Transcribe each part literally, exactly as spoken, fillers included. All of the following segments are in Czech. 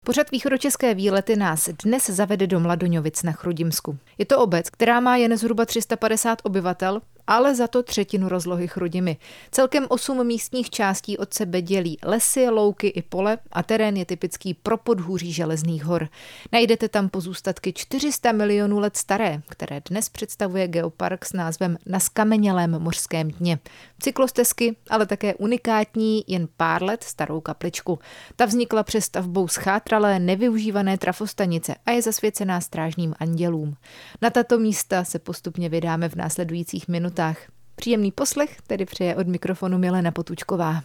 Pořad Východočeské výlety nás dnes zavede do Mladoňovic na Chrudimsku. Je to obec, která má jen zhruba tři sta padesát obyvatel, ale za to třetinu rozlohy Chrudimi. Celkem osm místních částí od sebe dělí lesy, louky i pole a terén je typický pro podhůří Železných hor. Najdete tam pozůstatky čtyři sta milionů let staré, které dnes představuje geopark s názvem Na skamenělém mořském dně. Cyklostezky, ale také unikátní jen pár let starou kapličku. Ta vznikla přestavbou schátralé nevyužívané trafostanice a je zasvěcená strážným andělům. Na tato místa se postupně vydáme v následujících minutách. Příjemný poslech tedy přeje od mikrofonu Milena Potůčková.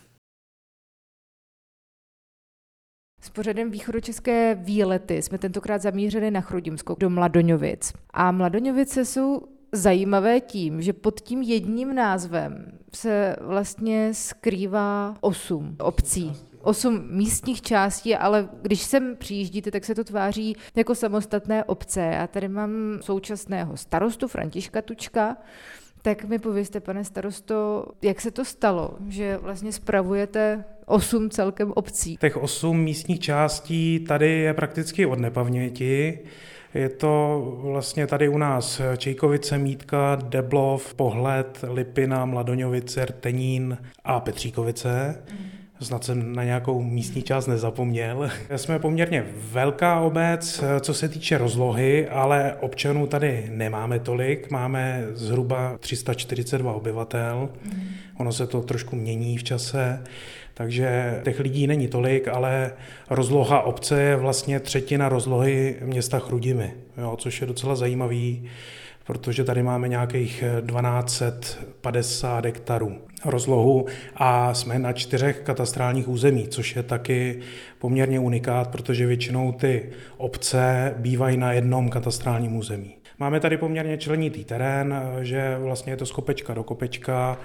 S pořadem Východočeské výlety jsme tentokrát zamířili na Chrudimsko do Mladoňovic. A Mladoňovice jsou zajímavé tím, že pod tím jedním názvem se vlastně skrývá osm obcí. Osm místních částí, ale když sem přijíždíte, tak se to tváří jako samostatné obce. Já tady mám současného starostu Františka Tučka. Tak mi povězte, pane starosto, jak se to stalo, že vlastně spravujete osm celkem obcí? Těch osm místních částí tady je prakticky od nepaměti. Je to vlastně tady u nás Čejkovice, Mítka, Deblov, Pohled, Lipina, Mladoňovice, Rtenín a Petříkovice. Mm. Snad jsem na nějakou místní část nezapomněl. Jsme poměrně velká obec, co se týče rozlohy, ale občanů tady nemáme tolik. Máme zhruba tři sta čtyřicet dva obyvatel. Ono se to trošku mění v čase, takže těch lidí není tolik, ale rozloha obce je vlastně třetina rozlohy města Chrudimi, jo, což je docela zajímavý, protože tady máme nějakých dvanáct set padesát hektarů rozlohu a jsme na čtyřech katastrálních území, což je taky poměrně unikát, protože většinou ty obce bývají na jednom katastrálním území. Máme tady poměrně členitý terén, že vlastně je to z kopečka do kopečka,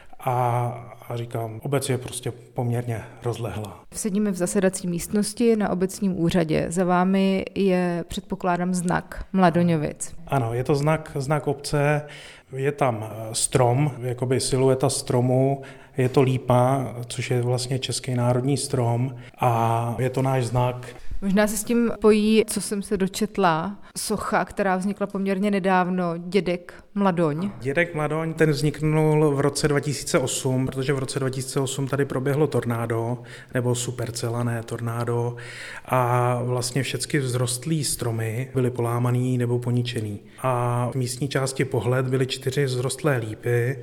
A, a říkám, obec je prostě poměrně rozlehlá. Sedíme v zasedací místnosti na obecním úřadě. Za vámi je, předpokládám, znak Mladoňovic. Ano, je to znak, znak obce, je tam strom, jakoby silueta stromu, je to lípa, což je vlastně český národní strom a je to náš znak. Možná se s tím pojí, co jsem se dočetla, socha, která vznikla poměrně nedávno, Dědek Mladoň. Dědek Mladoň, ten vzniknul v roce dva tisíce osm, protože v roce dva tisíce osm tady proběhlo tornádo, nebo supercelané tornádo a vlastně všechny vzrostlý stromy byly polámaný nebo poničený. A v místní části Pohled byly čtyři vzrostlé lípy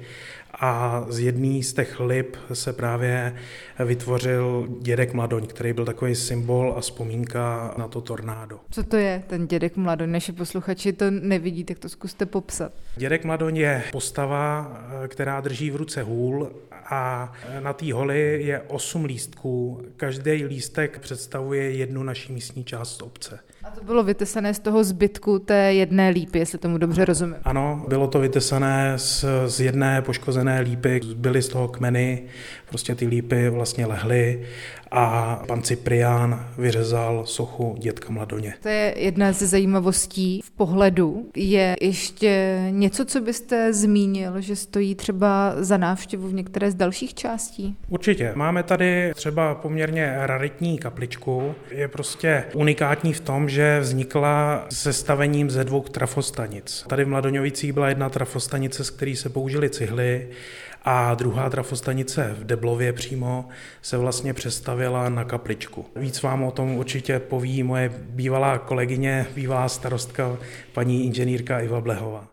a z jedné z těch lip se právě vytvořil Dědek Mladoň, který byl takový symbol a vzpomínka na to tornádo. Co to je ten Dědek Mladoň? Naši posluchači to nevidí, tak to zkuste popsat. Dědek Mladoň je postava, která drží v ruce hůl a na té holi je osm lístků. Každý lístek představuje jednu naší místní část obce. A to bylo vytesané z toho zbytku té jedné lípy, jestli tomu dobře rozumím. Ano, bylo to vytesané z, z jedné poškozené lípy, byly z toho kmeny, prostě ty lípy vlastně lehly a pan Ciprián vyřezal sochu Dědka Mladoně. To je jedna ze zajímavostí v Pohledu. Je ještě něco, co byste zmínil, že stojí třeba za návštěvu v některé z dalších částí? Určitě. Máme tady třeba poměrně raritní kapličku. Je prostě unikátní v tom, že vznikla se stavením ze dvou trafostanic. Tady v Mladoňovicích byla jedna trafostanice, z které se použily cihly, a druhá trafostanice v Deblově přímo se vlastně přestavěla na kapličku. Víc vám o tom určitě poví moje bývalá kolegyně, bývalá starostka, paní inženýrka Iva Blehová.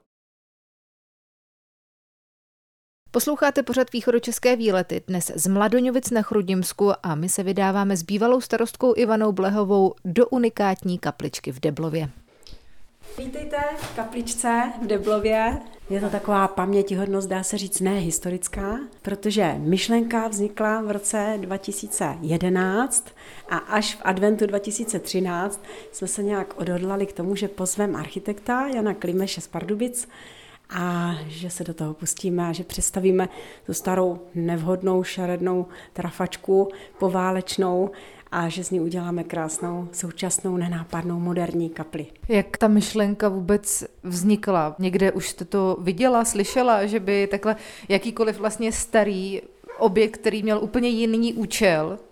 Posloucháte pořad Východočeské výlety dnes z Mladoňovic na Chrudimsku a my se vydáváme s bývalou starostkou Ivanou Blehovou do unikátní kapličky v Deblově. Vítejte v kapličce v Deblově. Je to taková pamětihodnost, dá se říct, ne historická, protože myšlenka vznikla v roce dva tisíce jedenáct a až v adventu dva tisíce třináct jsme se nějak odhodlali k tomu, že pozveme architekta Jana Klimeše z Pardubic a že se do toho pustíme a že představíme tu starou nevhodnou šarednou trafačku poválečnou a že z ní uděláme krásnou, současnou, nenápadnou, moderní kapli. Jak ta myšlenka vůbec vznikla? Někde už jste to viděla, slyšela, že by takhle jakýkoliv vlastně starý objekt, který měl úplně jiný účel,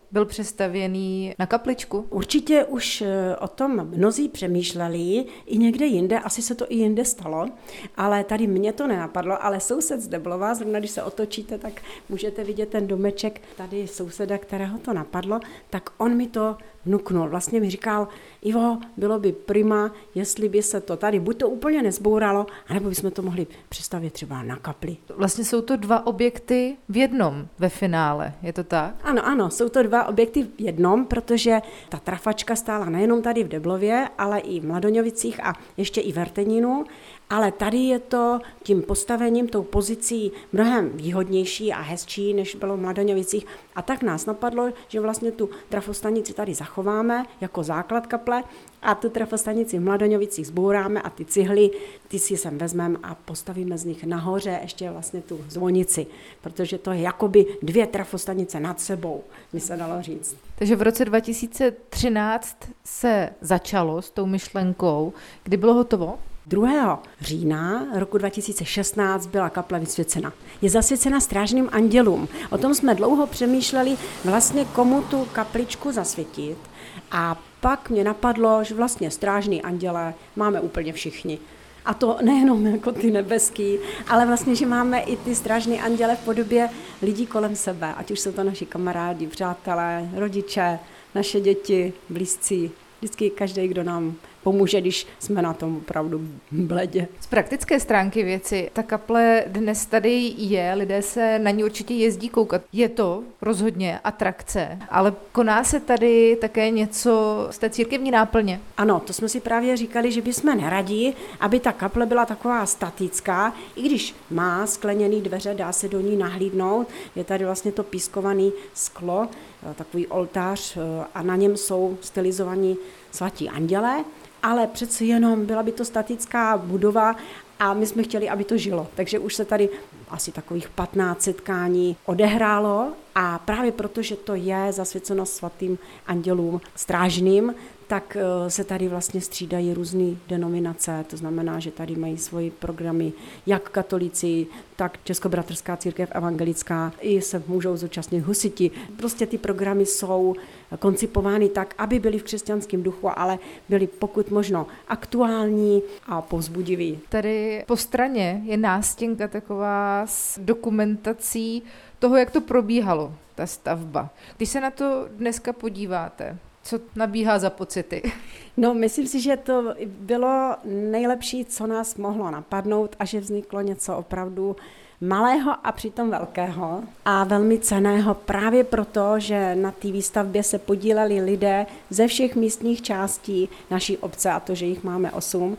byl přestavěný na kapličku? Určitě už o tom mnozí přemýšleli, i někde jinde, asi se to i jinde stalo, ale tady mě to nenapadlo, ale soused z Deblova, zrovna když se otočíte, tak můžete vidět ten domeček tady souseda, kterého to napadlo, tak on mi to vnuknul. Vlastně mi říkal, Ivo, bylo by prima, jestli by se to tady buď to úplně nezbouralo, anebo bychom to mohli přestavět třeba na kapli. Vlastně jsou to dva objekty v jednom ve finále, je to tak? Ano, ano, jsou to dva objekty v jednom, protože ta trafačka stála nejenom tady v Deblově, ale i v Mladoňovicích a ještě i v Rtenínu, ale tady je to tím postavením, tou pozicí mnohem výhodnější a hezčí, než bylo v Mladoňovicích. A tak nás napadlo, že vlastně tu trafostanici tady zachováme jako základ kaple a tu trafostanici v Mladoňovicích zbouráme a ty cihly, ty si sem vezmeme a postavíme z nich nahoře ještě vlastně tu zvonici, protože to je jakoby dvě trafostanice nad sebou, by se dalo říct. Takže v roce dva tisíce třináct se začalo s tou myšlenkou, kdy bylo hotovo? druhého října roku dva tisíce šestnáct byla kaple vysvěcena. Je zasvěcena strážným andělům. O tom jsme dlouho přemýšleli, vlastně komu tu kapličku zasvětit. A pak mě napadlo, že vlastně strážný anděle máme úplně všichni. A to nejenom jako ty nebeský, ale vlastně, že máme i ty strážný anděle v podobě lidí kolem sebe. Ať už jsou to naši kamarádi, přátelé, rodiče, naše děti, blízcí. Vždycky každý, kdo nám pomůže, když jsme na tom opravdu bledě. Z praktické stránky věci, ta kaple dnes tady je, lidé se na ní určitě jezdí koukat. Je to rozhodně atrakce, ale koná se tady také něco z té církevní náplně? Ano, to jsme si právě říkali, že bychom neradi, aby ta kaple byla taková statická, i když má skleněné dveře, dá se do ní nahlídnout, je tady vlastně to pískované sklo, takový oltář a na něm jsou stylizovaní svatí andělé, ale přece jenom byla by to statická budova a my jsme chtěli, aby to žilo. Takže už se tady asi takových patnáct setkání odehrálo a právě proto, že to je zasvěceno svatým andělům strážným, tak se tady vlastně střídají různé denominace, to znamená, že tady mají svoji programy jak katolíci, tak Českobratrská církev evangelická, i se můžou zúčastnit husiti. Prostě ty programy jsou koncipovány tak, aby byly v křesťanském duchu, ale byly pokud možno aktuální a povzbudivý. Tady po straně je nástěnka taková s dokumentací toho, jak to probíhalo, ta stavba. Když se na to dneska podíváte, co nabíhá za pocity? No, myslím si, že to bylo nejlepší, co nás mohlo napadnout a že vzniklo něco opravdu malého a přitom velkého a velmi cenného právě proto, že na té výstavbě se podíleli lidé ze všech místních částí naší obce a to, že jich máme osm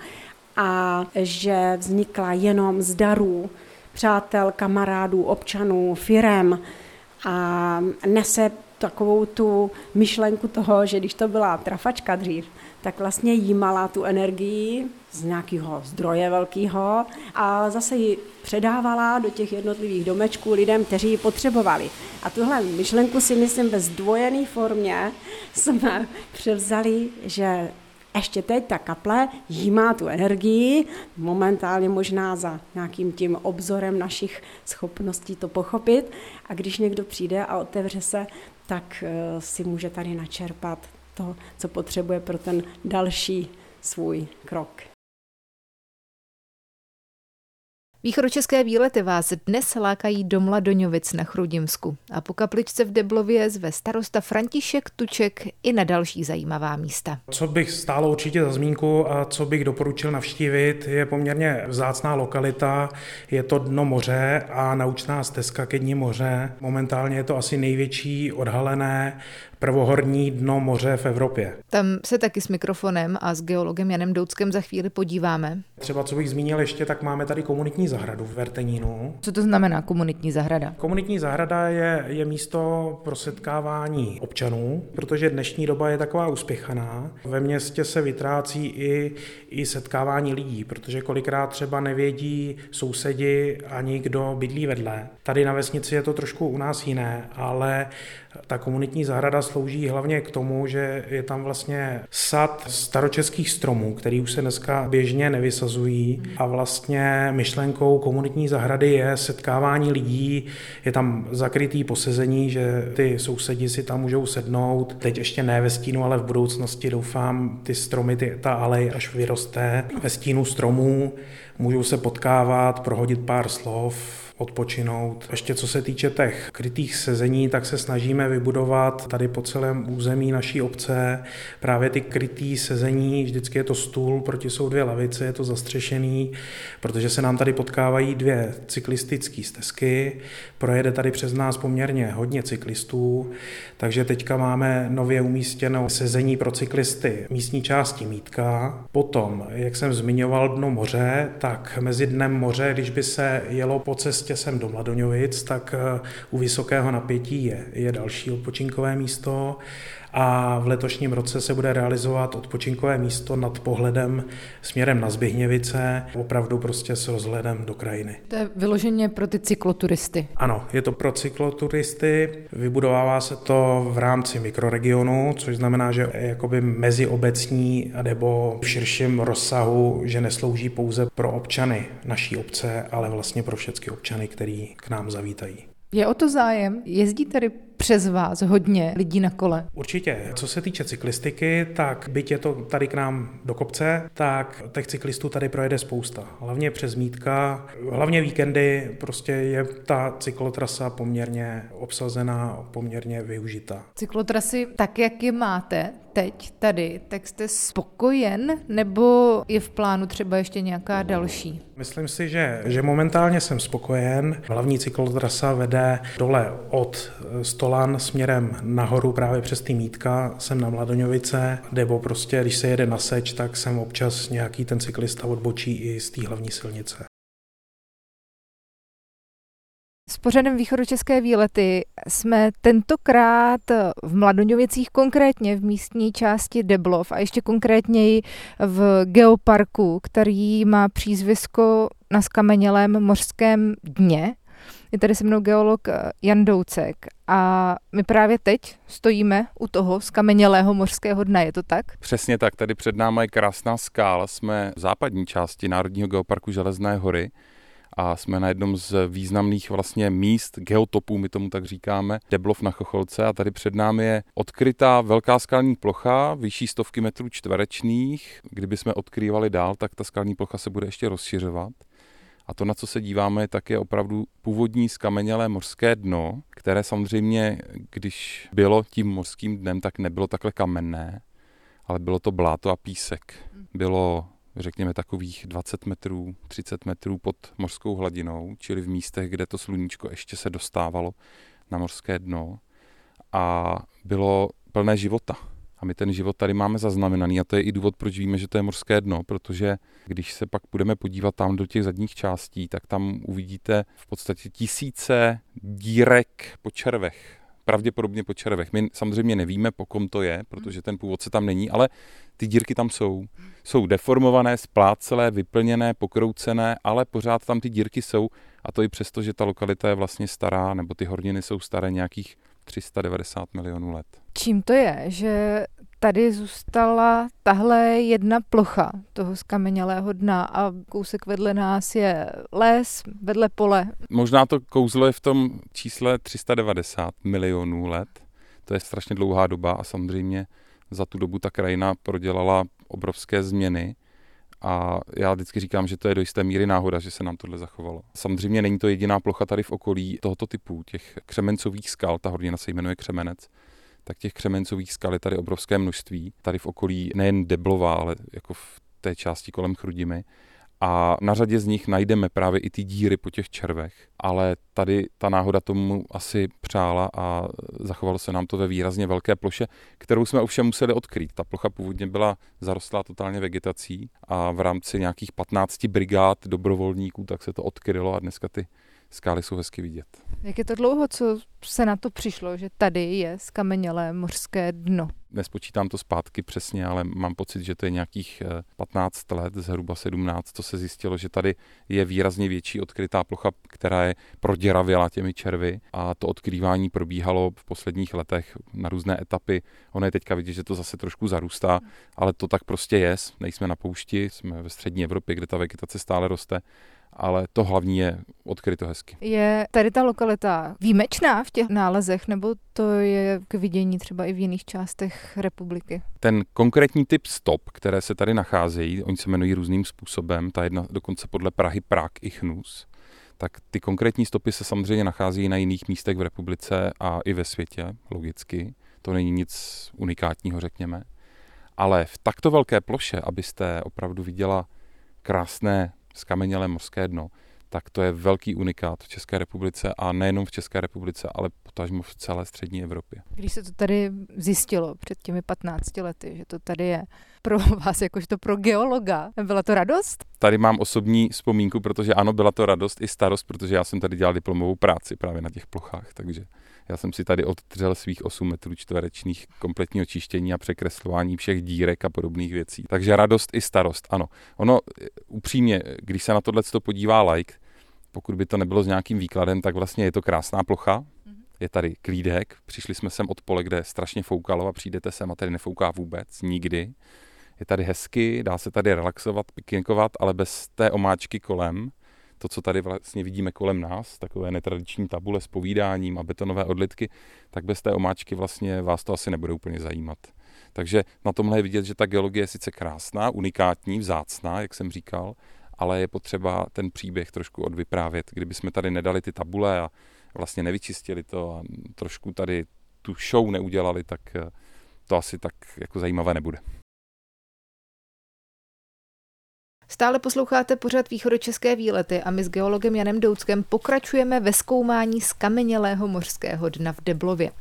a že vznikla jenom z darů přátel, kamarádů, občanů, firem a nese takovou tu myšlenku toho, že když to byla trafačka dřív, tak vlastně jímala tu energii z nějakého zdroje velkého a zase ji předávala do těch jednotlivých domečků lidem, kteří ji potřebovali. A tuhle myšlenku si myslím ve zdvojené formě jsme převzali, že ještě teď ta kaple jímá tu energii, momentálně možná za nějakým tím obzorem našich schopností to pochopit a když někdo přijde a otevře se, tak si může tady načerpat to, co potřebuje pro ten další svůj krok. Východočeské výlety vás dnes lákají do Mladoňovic na Chrudimsku a po kapličce v Deblově zve starosta František Tuček i na další zajímavá místa. Co bych stálo určitě za zmínku a co bych doporučil navštívit, je poměrně vzácná lokalita, je to dno moře a naučná stezka ke dni moře. Momentálně je to asi největší odhalené prvohorní dno moře v Evropě. Tam se taky s mikrofonem a s geologem Janem Douckem za chvíli podíváme. Třeba co bych zmínil ještě, tak máme tady komunitní zahradu v Rtenínu. Co to znamená komunitní zahrada? Komunitní zahrada je, je místo pro setkávání občanů, protože dnešní doba je taková uspěchaná. Ve městě se vytrácí i, i setkávání lidí, protože kolikrát třeba nevědí sousedi ani kdo bydlí vedle. Tady na vesnici je to trošku u nás jiné, ale ta komunitní zahrada slouží hlavně k tomu, že je tam vlastně sad staročeských stromů, který už se dneska běžně nevysazují a vlastně myšlenkou komunitní zahrady je setkávání lidí, je tam zakrytý posezení, že ty sousedi si tam můžou sednout, teď ještě ne ve stínu, ale v budoucnosti doufám ty stromy, ty, ta alej až vyroste ve stínu stromů, můžou se potkávat, prohodit pár slov, odpočinout. Ještě co se týče těch krytých sezení, tak se snažíme vybudovat tady po celém území naší obce právě ty krytý sezení, vždycky je to stůl, proti jsou dvě lavice, je to zastřešený, protože se nám tady potkávají dvě cyklistické stezky, projede tady přes nás poměrně hodně cyklistů, takže teďka máme nově umístěno sezení pro cyklisty místní části Mítka. Potom, jak jsem zmiňoval dno moře, tak mezi dnem moře, když by se jelo po cestě sem do Mladoňovic, tak u vysokého napětí je, je další odpočinkové místo a v letošním roce se bude realizovat odpočinkové místo nad pohledem směrem na Zběhněvice, opravdu prostě s rozhledem do krajiny. To je vyloženě pro ty cykloturisty. Ano, je to pro cykloturisty, vybudovává se to v rámci mikroregionu, což znamená, že je jakoby meziobecní nebo v širším rozsahu, že neslouží pouze pro občany naší obce, ale vlastně pro všechny občany, který k nám zavítají. Je o to zájem? Jezdí tady přes vás hodně lidí na kole? Určitě. Co se týče cyklistiky, tak byť je to tady k nám do kopce, tak těch cyklistů tady projede spousta. Hlavně přes Mítka, hlavně víkendy prostě je ta cyklotrasa poměrně obsazená, poměrně využitá. Cyklotrasy, tak jak je máte teď tady, tak jste spokojen, nebo je v plánu třeba ještě nějaká další? Myslím si, že, že momentálně jsem spokojen. Hlavní cyklotrasa vede dole od Stolan směrem nahoru právě přes ty Mítka, sem na Mladoňovice, nebo prostě, když se jede na seč, tak sem občas nějaký ten cyklista odbočí i z té hlavní silnice. S pořadem Východočeské výlety jsme tentokrát v Mladoňovicích, konkrétně v místní části Deblov a ještě konkrétněji v geoparku, který má přízvisko na skamenělém mořském dně. Je tady se mnou geolog Jan Doucek a my právě teď stojíme u toho skamenělého mořského dna, je to tak? Přesně tak, tady před námi je krásná skála, jsme v západní části Národního geoparku Železné hory a jsme na jednom z významných vlastně míst geotopů, my tomu tak říkáme, Deblov na Chocholce a tady před námi je odkrytá velká skalní plocha, vyšší stovky metrů čtverečných. Kdyby jsme odkrývali dál, tak ta skalní plocha se bude ještě rozšiřovat. A to, na co se díváme, tak je opravdu původní skamenělé mořské dno, které samozřejmě, když bylo tím mořským dnem, tak nebylo takhle kamenné, ale bylo to bláto a písek. Bylo, řekněme, takových dvacet metrů, třicet metrů pod mořskou hladinou, čili v místech, kde to sluníčko ještě se dostávalo na mořské dno a bylo plné života. A my ten život tady máme zaznamenaný a to je i důvod, proč víme, že to je mořské dno, protože když se pak budeme podívat tam do těch zadních částí, tak tam uvidíte v podstatě tisíce dírek po červech, pravděpodobně po červech. My samozřejmě nevíme, po kom to je, protože ten původce tam není, ale ty dírky tam jsou. Jsou deformované, splácelé, vyplněné, pokroucené, ale pořád tam ty dírky jsou a to i přesto, že ta lokalita je vlastně stará, nebo ty horniny jsou staré nějakých tři sta devadesát milionů let. Čím to je, že tady zůstala tahle jedna plocha toho skamenělého dna a kousek vedle nás je les, vedle pole? Možná to kouzlo je v tom čísle tři sta devadesát milionů let. To je strašně dlouhá doba a samozřejmě za tu dobu ta krajina prodělala obrovské změny. A já vždycky říkám, že to je do jisté míry náhoda, že se nám tohle zachovalo. Samozřejmě není to jediná plocha tady v okolí tohoto typu, těch křemencových skal, ta hornina se jmenuje Křemenec, tak těch křemencových skal je tady obrovské množství. Tady v okolí nejen Deblova, ale jako v té části kolem Chrudimi. A na řadě z nich najdeme právě i ty díry po těch červech. Ale tady ta náhoda tomu asi přála a zachovalo se nám to ve výrazně velké ploše, kterou jsme ovšem museli odkrýt. Ta plocha původně byla zarostlá totálně vegetací a v rámci nějakých patnácti brigád dobrovolníků tak se to odkrylo a dneska ty skály jsou hezky vidět. Jak je to dlouho, co se na to přišlo, že tady je zkamenělé mořské dno? Nespočítám to zpátky přesně, ale mám pocit, že to je nějakých patnáct let, zhruba sedmnáct, co se zjistilo, že tady je výrazně větší odkrytá plocha, která je proděravěla těmi červy, a to odkrývání probíhalo v posledních letech na různé etapy. Ono je teďka vidět, že to zase trošku zarůstá, ale to tak prostě je. Nejsme na poušti, jsme ve střední Evropě, kde ta vegetace stále roste. Ale to hlavní je odkryto hezky. Je tady ta lokalita výjimečná v těch nálezech, nebo to je k vidění třeba i v jiných částech republiky? Ten konkrétní typ stop, které se tady nacházejí, oni se jmenují různým způsobem, ta jedna dokonce podle Prahy Prag Ichnus, tak ty konkrétní stopy se samozřejmě nacházejí na jiných místech v republice a i ve světě, logicky. To není nic unikátního, řekněme. Ale v takto velké ploše, abyste opravdu viděla krásné zkamenělé mořské dno, tak to je velký unikát v České republice, a nejenom v České republice, ale potažmo v celé střední Evropě. Když se to tady zjistilo před těmi patnácti lety, že to tady je pro vás jakožto pro geologa, byla to radost? Tady mám osobní vzpomínku, protože ano, byla to radost i starost, protože já jsem tady dělal diplomovou práci právě na těch plochách, takže já jsem si tady odtřel svých osm metrů čtverečních kompletního čištění a překreslování všech dírek a podobných věcí. Takže radost i starost, ano. Ono upřímně, když se na tohle podívá like, pokud by to nebylo s nějakým výkladem, tak vlastně je to krásná plocha. Je tady klídek, přišli jsme sem od pole, kde strašně foukalo, a přijdete sem a tady nefouká vůbec, nikdy. Je tady hezky, dá se tady relaxovat, pikinkovat, ale bez té omáčky kolem, to, co tady vlastně vidíme kolem nás, takové netradiční tabule s povídáním a betonové odlitky, tak bez té omáčky vlastně vás to asi nebude úplně zajímat. Takže na tomhle je vidět, že ta geologie je sice krásná, unikátní, vzácná, jak jsem říkal, ale je potřeba ten příběh trošku odvyprávět. Kdyby jsme tady nedali ty tabule a vlastně nevyčistili to a trošku tady tu show neudělali, tak to asi tak jako zajímavé nebude. Stále posloucháte pořad Východočeské výlety a my s geologem Janem Douckem pokračujeme ve zkoumání zkamenělého mořského dna v Deblově.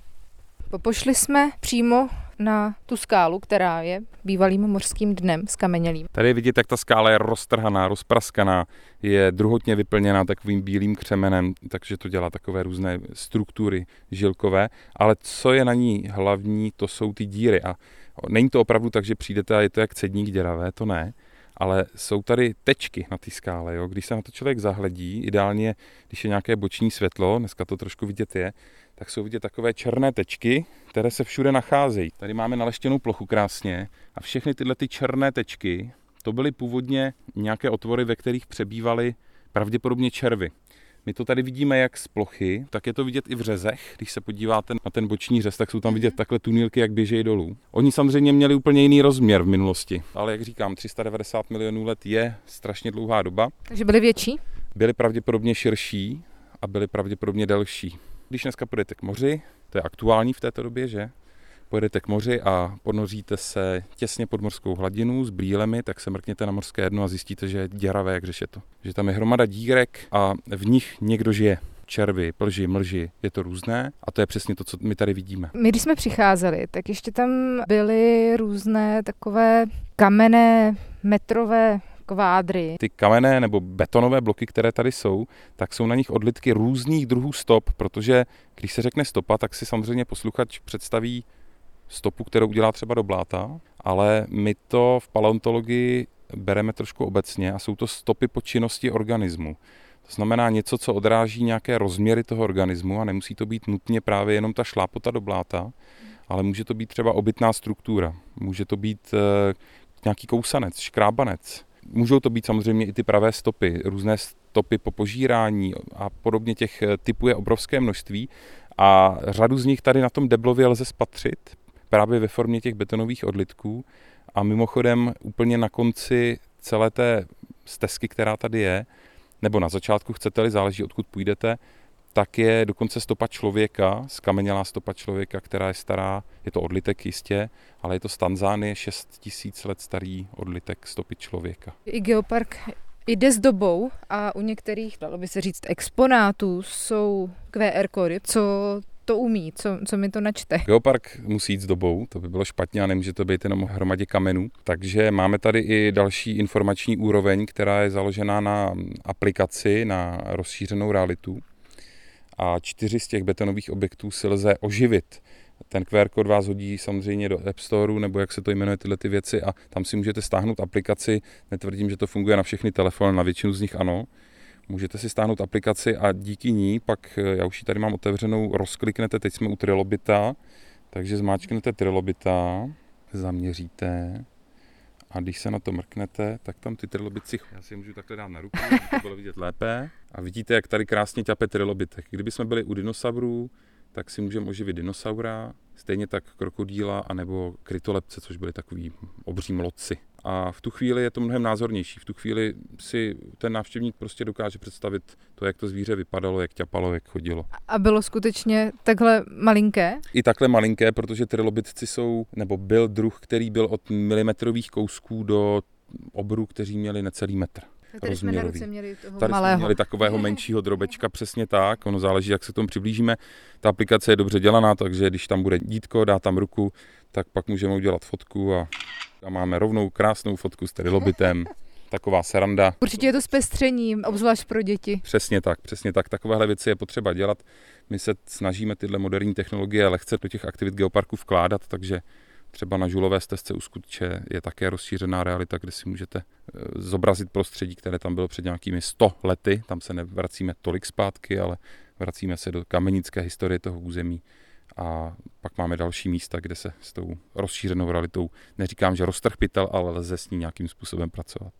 Pošli jsme přímo na tu skálu, která je bývalým mořským dnem zkamenělým. Tady je vidět, jak ta skála je roztrhaná, rozpraskaná, je druhotně vyplněná takovým bílým křemenem, takže to dělá takové různé struktury žilkové, ale co je na ní hlavní, to jsou ty díry. A není to opravdu tak, že přijdete a je to jak cedník děravé, to ne. Ale jsou tady tečky na té skále. Jo? Když se na to člověk zahledí, ideálně, když je nějaké boční světlo, dneska to trošku vidět je, tak jsou vidět takové černé tečky, které se všude nacházejí. Tady máme naleštěnou plochu krásně a všechny tyhle ty černé tečky, to byly původně nějaké otvory, ve kterých přebývaly pravděpodobně červy. My to tady vidíme jak z plochy, tak je to vidět i v řezech. Když se podíváte na ten boční řez, tak jsou tam vidět takhle tunýlky, jak běžejí dolů. Oni samozřejmě měli úplně jiný rozměr v minulosti, ale jak říkám, tři sta devadesát milionů let je strašně dlouhá doba. Takže byly větší? Byly pravděpodobně širší a byly pravděpodobně delší. Když dneska půjdete k moři, to je aktuální v této době, že? Pojedete k moři a ponoříte se těsně pod mořskou hladinu s brýlemi, tak se mrkněte na mořské dno a zjistíte, že je děravé jak řešeto. Že tam je hromada dírek a v nich někdo žije. Červy, plži, mlži, je to různé a to je přesně to, co my tady vidíme. My, když jsme přicházeli, tak ještě tam byly různé takové kamenné metrové kvádry. Ty kamenné nebo betonové bloky, které tady jsou, tak jsou na nich odlitky různých druhů stop, protože když se řekne stopa, tak si samozřejmě posluchač představí stopu, kterou udělá třeba do bláta, ale my to v paleontologii bereme trošku obecně a jsou to stopy po činnosti organismu. To znamená něco, co odráží nějaké rozměry toho organismu a nemusí to být nutně právě jenom ta šlápota do bláta, ale může to být třeba obytná struktura, může to být e, nějaký kousanec, škrábanec. Můžou to být samozřejmě i ty pravé stopy, různé stopy po požírání a podobně, těch typů je obrovské množství a řadu z nich tady na tom Deblově lze spatřit právě ve formě těch betonových odlitků a mimochodem úplně na konci celé té stezky, která tady je, nebo na začátku chcete-li, záleží odkud půjdete, tak je dokonce stopa člověka, zkamenělá stopa člověka, která je stará, je to odlitek jistě, ale je to z Tanzánie šest tisíc let starý odlitek stopy člověka. I geopark jde s dobou a u některých, dalo by se říct, exponátů jsou Q R kódy. Co to umí, co, co mi to načte. Geopark musí jít s dobou, to by bylo špatně a nemůže to být jenom hromadě kamenů. Takže máme tady i další informační úroveň, která je založená na aplikaci, na rozšířenou realitu. A čtyři z těch betonových objektů si lze oživit. Ten Q R kód vás hodí samozřejmě do App Storeu, nebo jak se to jmenuje tyhle ty věci, a tam si můžete stáhnout aplikaci. Netvrdím, že to funguje na všechny telefony, na většinu z nich ano. Můžete si stáhnout aplikaci a díky ní pak, já už ji tady mám otevřenou, rozkliknete, teď jsme u Trilobita, takže zmáčknete Trilobita, zaměříte a když se na to mrknete, tak tam ty trilobitci, já si je můžu takhle dát na ruku, aby to bylo vidět lépe. A vidíte, jak tady krásně ťape trilobitek. Kdyby jsme byli u dinosaurů, tak si můžeme oživit dinosaura, stejně tak krokodýla anebo krytolepce, což byly takový obří mlodci. A v tu chvíli je to mnohem názornější. V tu chvíli si ten návštěvník prostě dokáže představit to, jak to zvíře vypadalo, jak ťapalo, jak chodilo. A bylo skutečně takhle malinké? I takhle malinké, protože trilobitci jsou, nebo byl druh, který byl od milimetrových kousků do obrů, kteří měli necelý metr. Tady jsme na ruce měli toho Tady malého. jsme měli takového menšího drobečka, přesně tak. Ono záleží, jak se tomu přiblížíme. Ta aplikace je dobře dělaná, takže když tam bude dítko, dá tam ruku, tak pak můžeme udělat fotku a, a máme rovnou krásnou fotku s trilobitem. Taková sranda. Určitě je to zpestřením, obzvlášť pro děti. Přesně tak, přesně tak. Takovéhle věci je potřeba dělat. My se snažíme tyhle moderní technologie lehce do těch aktivit geoparku vkládat, takže třeba na žulové stezce u Skutče je také rozšířená realita, kde si můžete zobrazit prostředí, které tam bylo před nějakými sto lety. Tam se nevracíme tolik zpátky, ale vracíme se do kamenické historie toho území. A pak máme další místa, kde se s tou rozšířenou realitou, neříkám, že roztrh pytel, ale lze s ní nějakým způsobem pracovat.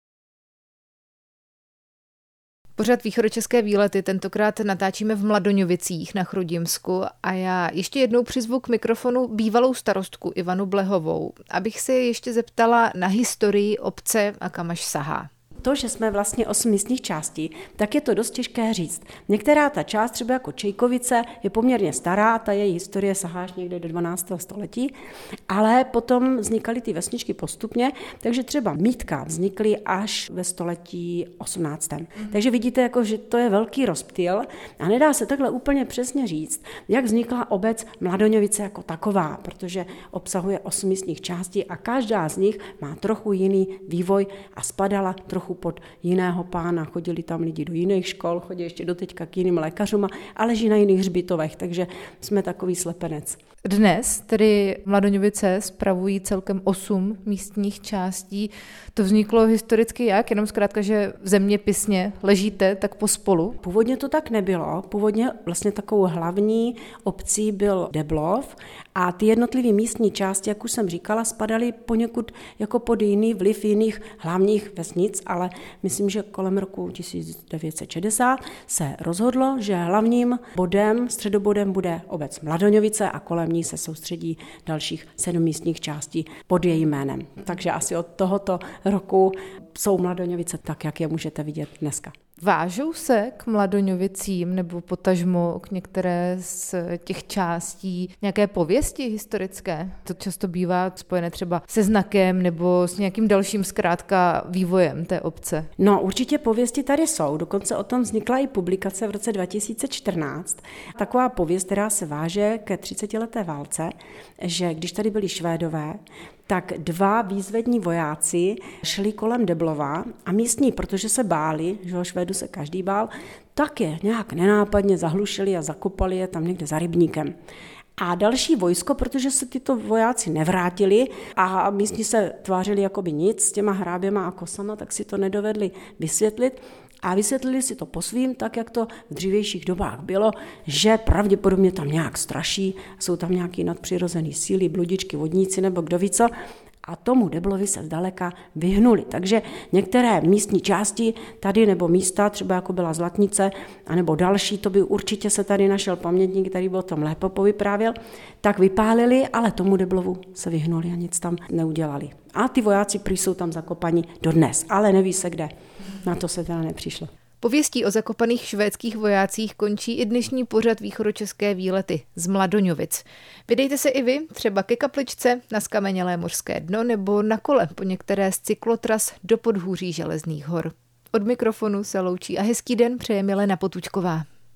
Pořad Východočeské výlety tentokrát natáčíme v Mladoňovicích na Chrudimsku a já ještě jednou přizvu k mikrofonu bývalou starostku Ivanu Blehovou, abych se ještě zeptala na historii obce a kam až sahá. To, že jsme vlastně osm místních částí, tak je to dost těžké říct. Některá ta část, třeba jako Čejkovice, je poměrně stará, ta její historie sahá až někde do dvanáctého století, ale potom vznikaly ty vesničky postupně, takže třeba Mítka vznikly až ve století osmnáctém Mm. Takže vidíte, jako, že to je velký rozptyl a nedá se takhle úplně přesně říct, jak vznikla obec Mladoňovice jako taková, protože obsahuje osm místních částí a každá z nich má trochu jiný vývoj a spadala trochu pod jiného pána, chodili tam lidi do jiných škol, chodí ještě doteďka k jiným lékařům a leží na jiných hřbitovech, takže jsme takový slepenec. Dnes tedy Mladoňovice spravují celkem osm místních částí. To vzniklo historicky jak? Jenom zkrátka, že zeměpisně ležíte tak pospolu? Původně to tak nebylo. Původně vlastně takovou hlavní obcí byl Deblov a ty jednotlivé místní části, jak už jsem říkala, spadaly poněkud jako pod jiný vliv jiných hlavních vesnic, ale myslím, že kolem roku tisíc devět set šedesát se rozhodlo, že hlavním bodem, středobodem bude obec Mladoňovice a kolem ní se soustředí dalších sedm místních částí pod jejím jménem. Takže asi od tohoto roku jsou Mladoňovice tak, jak je můžete vidět dneska. Vážou se k Mladoňovicím nebo potažmo k některé z těch částí nějaké pověsti historické? To často bývá spojené třeba se znakem nebo s nějakým dalším zkrátka vývojem té obce. No určitě pověsti tady jsou, dokonce o tom vznikla i publikace v roce dva tisíce čtrnáct. Taková pověst, která se váže ke třicetileté válce, že když tady byli Švédové, tak dva výzvední vojáci šli kolem Deblova a místní, protože se báli, že o Švédu se každý bál, tak je nějak nenápadně zahlušili a zakopali je tam někde za rybníkem. A další vojsko, protože se tyto vojáci nevrátili a místní se tvářili jakoby nic s těma hráběma a kosama, tak si to nedovedli vysvětlit. A vysvětlili si to po svým, tak jak to v dřívějších dobách bylo, že pravděpodobně tam nějak straší, jsou tam nějaké nadpřirozené síly, bludičky, vodníci nebo kdo ví co. A tomu Deblovi se zdaleka vyhnuli. Takže některé místní části tady nebo místa, třeba jako byla Zlatnice, anebo další, to by určitě se tady našel pamětník, který by o tom lépe povyprávěl, tak vypálili, ale tomu Deblovu se vyhnuli a nic tam neudělali. A ty vojáci prý jsou tam zakopani dodnes, ale neví se kde. Na to se teda nepřišlo. Pověstí o zakopaných švédských vojácích končí i dnešní pořad Východočeské výlety z Mladoňovic. Vydejte se i vy třeba ke kapličce, na skamenělé mořské dno nebo na kole po některé z cyklotras do podhůří Železných hor. Od mikrofonu se loučí a hezký den přeje Milena Potůčková.